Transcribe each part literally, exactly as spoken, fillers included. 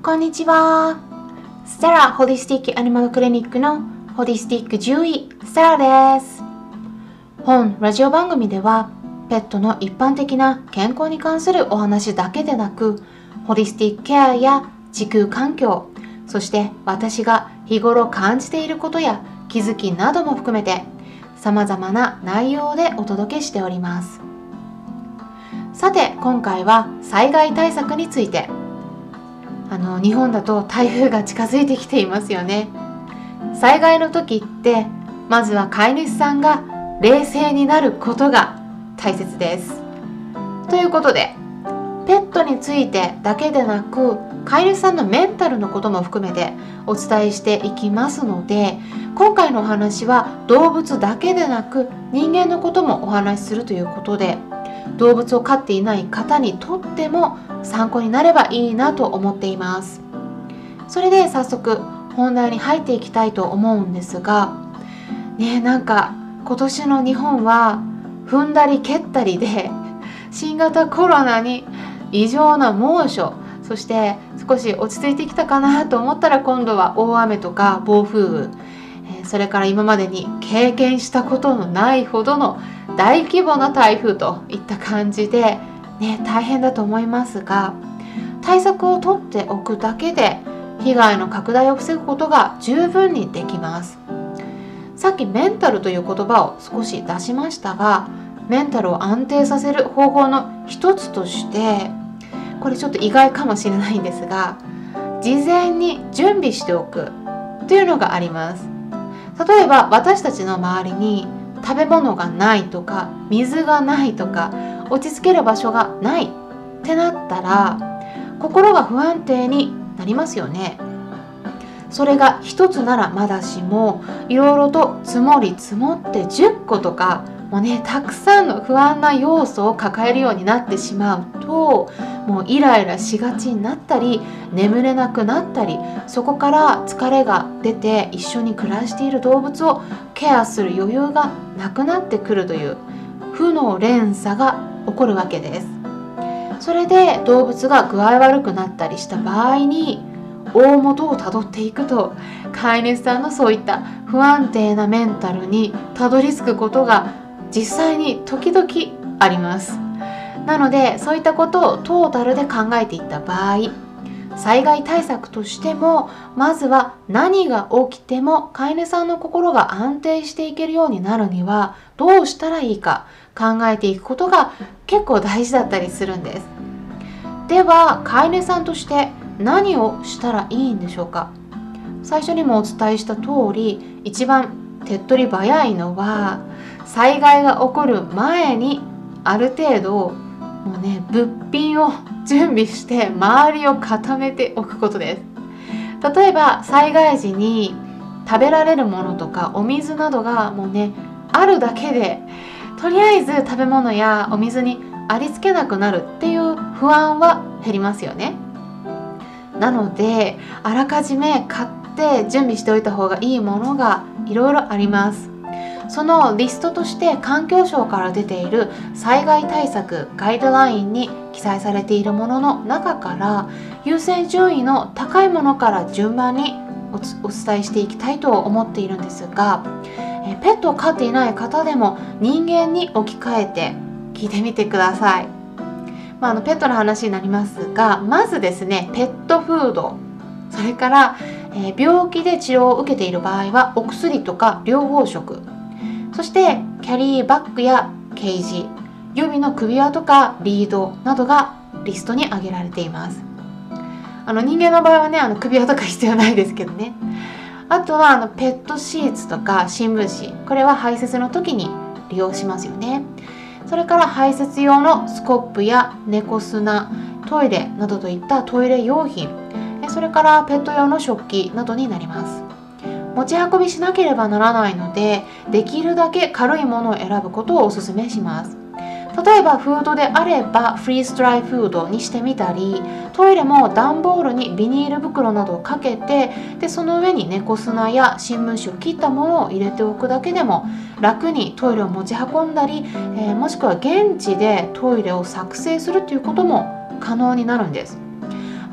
こんにちは。ステラホリスティックアニマルクリニックのホリスティック獣医ステラです。本ラジオ番組ではペットの一般的な健康に関するお話だけでなく、ホリスティックケアや地球環境、そして私が日頃感じていることや気づきなども含めて様々な内容でお届けしております。さて、今回は災害対策について。あの日本だと台風が近づいてきていますよね。災害の時ってまずは飼い主さんが冷静になることが大切です。ということで、ペットについてだけでなく飼い主さんのメンタルのことも含めてお伝えしていきますので、今回のお話は動物だけでなく人間のこともお話しするということで、動物を飼っていない方にとっても参考になればいいなと思っています。それで早速本題に入っていきたいと思うんですが、ね、なんか今年の日本は踏んだり蹴ったりで新型コロナに異常な猛暑、そして少し落ち着いてきたかなと思ったら今度は大雨とか暴風雨、それから今までに経験したことのないほどの大規模な台風といった感じで、ね、大変だと思いますが、対策をとっておくだけで被害の拡大を防ぐことが十分にできます。さっきメンタルという言葉を少し出しましたが、メンタルを安定させる方法の一つとして、これちょっと意外かもしれないんですが、事前に準備しておくというのがあります。例えば私たちの周りに食べ物がないとか水がないとか落ち着ける場所がないってなったら心が不安定になりますよね。それが一つならまだしも、いろいろと積もり積もってじゅっことかもうね、たくさんの不安な要素を抱えるようになってしまうと、もうイライラしがちになったり眠れなくなったり、そこから疲れが出て一緒に暮らしている動物をケアする余裕がなくなってくるという負の連鎖が起こるわけです。それで動物が具合悪くなったりした場合に大元をたどっていくと、飼い主さんのそういった不安定なメンタルにたどり着くことが実際に時々あります。なのでそういったことをトータルで考えていった場合、災害対策としてもまずは何が起きても飼い主さんの心が安定していけるようになるにはどうしたらいいか考えていくことが結構大事だったりするんです。では飼い主さんとして何をしたらいいんでしょうか。最初にもお伝えした通り、一番手っ取り早いのは災害が起こる前にある程度もうね、物品を準備して周りを固めておくことです。例えば災害時に食べられるものとかお水などがもうね、あるだけでとりあえず食べ物やお水にありつけなくなるっていう不安は減りますよね。なのであらかじめ買って準備しておいた方がいいものがいろいろあります。そのリストとして環境省から出ている災害対策ガイドラインに記載されているものの中から優先順位の高いものから順番に お, お伝えしていきたいと思っているんですが、えペットを飼っていない方でも人間に置き換えて聞いてみてください。まあ、あのペットの話になりますが、まずですね、ペットフード、それから、えー、病気で治療を受けている場合はお薬とか療法食、そしてキャリーバッグやケージ、予備の首輪とかリードなどがリストに挙げられています。あの人間の場合はね、あの首輪とか必要ないですけどね。あとはあのペットシーツとか新聞紙、これは排泄の時に利用しますよね。それから排泄用のスコップや猫砂、トイレなどといったトイレ用品、それからペット用の食器などになります。持ち運びしなければならないので、できるだけ軽いものを選ぶことをお勧めします。例えばフードであればフリーズドライフードにしてみたり、トイレも段ボールにビニール袋などをかけて、でその上に猫砂や新聞紙を切ったものを入れておくだけでも楽にトイレを持ち運んだり、えー、もしくは現地でトイレを作成するということも可能になるんです。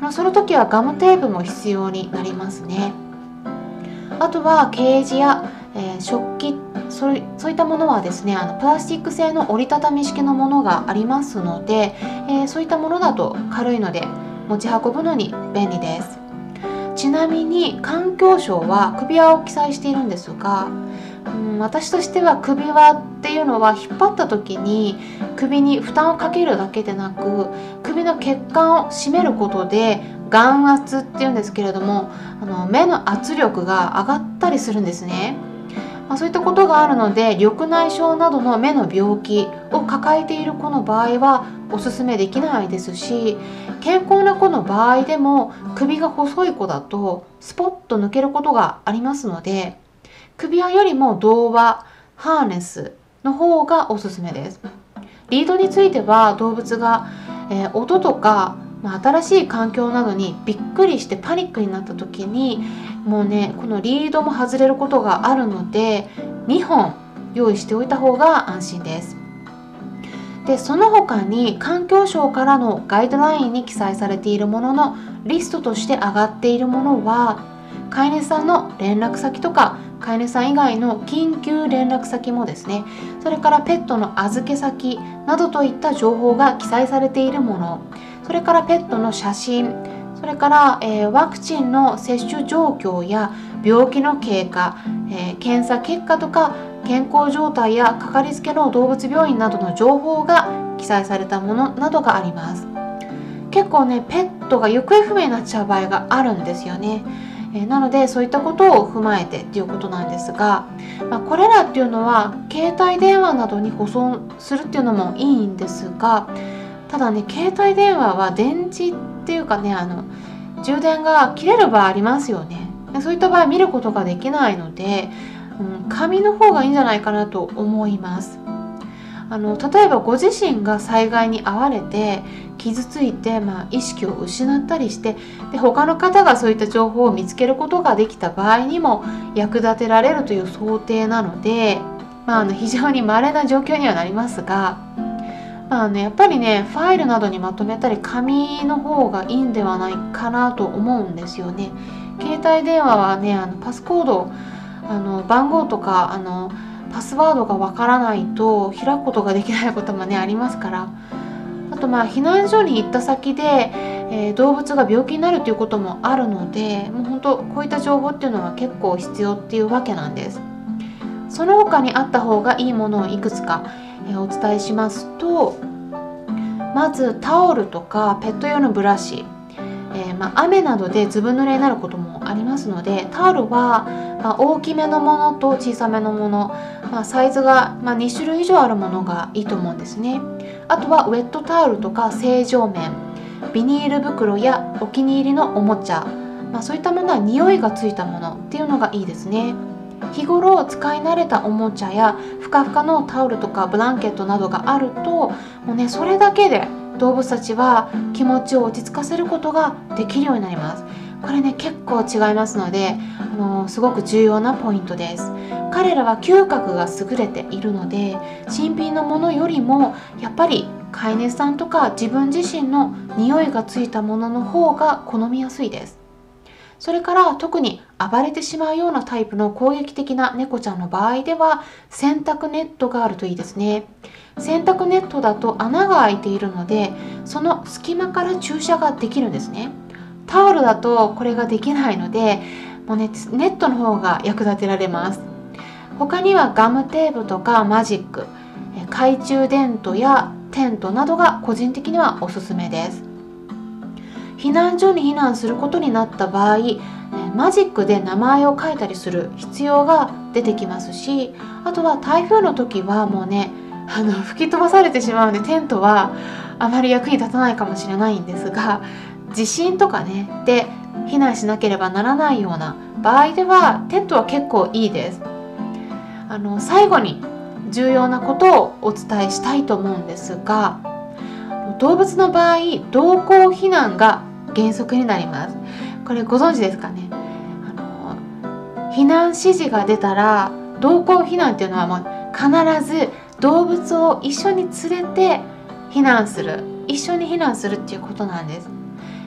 まあ、その時はガムテープも必要になりますね。あとはケージや、えー、食器そうそういったものはですね、あのプラスチック製の折りたたみ式のものがありますので、えー、そういったものだと軽いので持ち運ぶのに便利です。ちなみに環境省は首輪を記載しているんですが、うん、私としては首輪っていうのは引っ張った時に首に負担をかけるだけでなく、首の血管を締めることで眼圧っていうんですけれども、あの目の圧力が上がったりするんですね。まあ、そういったことがあるので、緑内障などの目の病気を抱えている子の場合はおすすめできないですし、健康な子の場合でも首が細い子だとスポッと抜けることがありますので、首輪よりも童話、ハーネスの方がおすすめです。リードについては動物が、えー、音とか、まあ、新しい環境などにびっくりしてパニックになった時にもうね、このリードも外れることがあるのでにほん用意しておいた方が安心です。で、その他に環境省からのガイドラインに記載されているもののリストとして上がっているものは、飼い主さんの連絡先とか飼い主さん以外の緊急連絡先もですね、それからペットの預け先などといった情報が記載されているもの、それからペットの写真、それから、えー、ワクチンの接種状況や病気の経過、えー、検査結果とか健康状態やかかりつけの動物病院などの情報が記載されたものなどがあります。結構ね、ペットが行方不明になっちゃう場合があるんですよね。えー、なのでそういったことを踏まえてっていうことなんですが、まあ、これらっていうのは携帯電話などに保存するっていうのもいいんですが、ただね、携帯電話は電池っていうかね、あの充電が切れる場合ありますよね。そういった場合見ることができないので、うん、紙の方がいいんじゃないかなと思います。あの例えばご自身が災害に遭われて傷ついて、まあ、意識を失ったりして、で他の方がそういった情報を見つけることができた場合にも役立てられるという想定なので、まあ、あの非常に稀な状況にはなりますが、まあね、やっぱりね、ファイルなどにまとめたり紙の方がいいんではないかなと思うんですよね。携帯電話はね、あのパスコード、あの番号とかあのパスワードがわからないと開くことができないこともねありますから、あとまあ避難所に行った先で、えー、動物が病気になるということもあるので、もう本当こういった情報っていうのは結構必要っていうわけなんです。その他にあった方がいいものをいくつか、えー、お伝えしますと、まずタオルとかペット用のブラシ、えーまあ、雨などでずぶ濡れになることもありますので、タオルは、まあ、大きめのものと小さめのもの、まあ、サイズが、まあ、にしゅるい以上あるものがいいと思うんですね。あとはウェットタオルとか正常面、ビニール袋やお気に入りのおもちゃ、まあ、そういったものは匂いがついたものっていうのがいいですね。日頃使い慣れたおもちゃやふかふかのタオルとかブランケットなどがあると、もうね、それだけで動物たちは気持ちを落ち着かせることができるようになります。これね、結構違いますので、あのー、すごく重要なポイントです。彼らは嗅覚が優れているので、新品のものよりもやっぱり飼い主さんとか自分自身の匂いがついたものの方が好みやすいです。それから特に暴れてしまうようなタイプの攻撃的な猫ちゃんの場合では、洗濯ネットがあるといいですね。洗濯ネットだと穴が開いているので、その隙間から注射ができるんですね。タオルだとこれができないので、もうね、ネットの方が役立てられます。他にはガムテープとかマジック、懐中電灯やテントなどが個人的にはおすすめです。避難所に避難することになった場合、マジックで名前を書いたりする必要が出てきますし、あとは台風の時はもうね、あの吹き飛ばされてしまうのでテントはあまり役に立たないかもしれないんですが、地震とかねで避難しなければならないような場合ではテントは結構いいです。あの最後に重要なことをお伝えしたいと思うんですが、動物の場合同行避難が原則になります。これご存知ですかね。あの避難指示が出たら同行避難っていうのはもう必ず動物を一緒に連れて避難する、一緒に避難するっていうことなんです。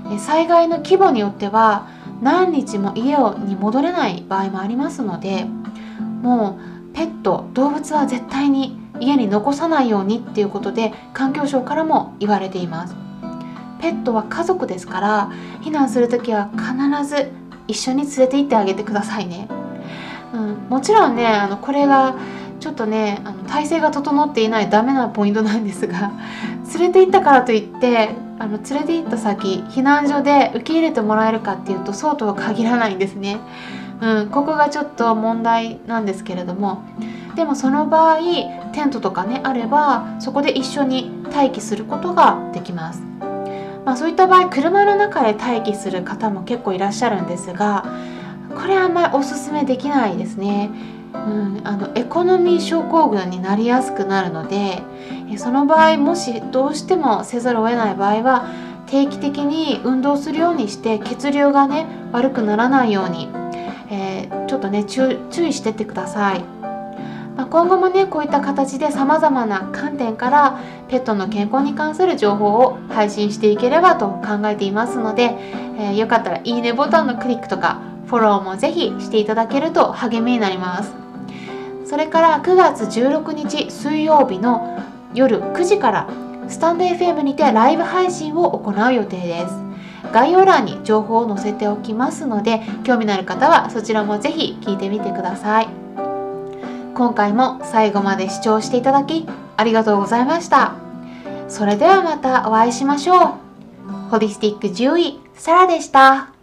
災害の規模によっては何日も家に戻れない場合もありますので、もうペット動物は絶対に家に残さないようにっていうことで環境省からも言われています。ペットは家族ですから、避難するときは必ず一緒に連れて行ってあげてくださいね。うん、もちろんね、あのこれがちょっとね、あの体制が整っていないダメなポイントなんですが、連れて行ったからといってあの連れて行った先避難所で受け入れてもらえるかっていうとそうとは限らないんですね。うん、ここがちょっと問題なんですけれども、でもその場合テントとかねあればそこで一緒に待機することができます。まあ、そういった場合車の中で待機する方も結構いらっしゃるんですが、これはあんまりおすすめできないですね。うん、あのエコノミー症候群になりやすくなるので、その場合もしどうしてもせざるを得ない場合は定期的に運動するようにして血流がね悪くならないように、えー、ちょっとね注意してってください。まあ、今後もねこういった形でさまざまな観点からペットの健康に関する情報を配信していければと考えていますので、えー、よかったらいいねボタンのクリックとかフォローもぜひしていただけると励みになります。それからくがつじゅうろくにち水曜日の夜くじからスタンド エフエム にてライブ配信を行う予定です。概要欄に情報を載せておきますので、興味のある方はそちらもぜひ聞いてみてください。今回も最後まで視聴していただきありがとうございました。それではまたお会いしましょう。ホリスティック獣医サラでした。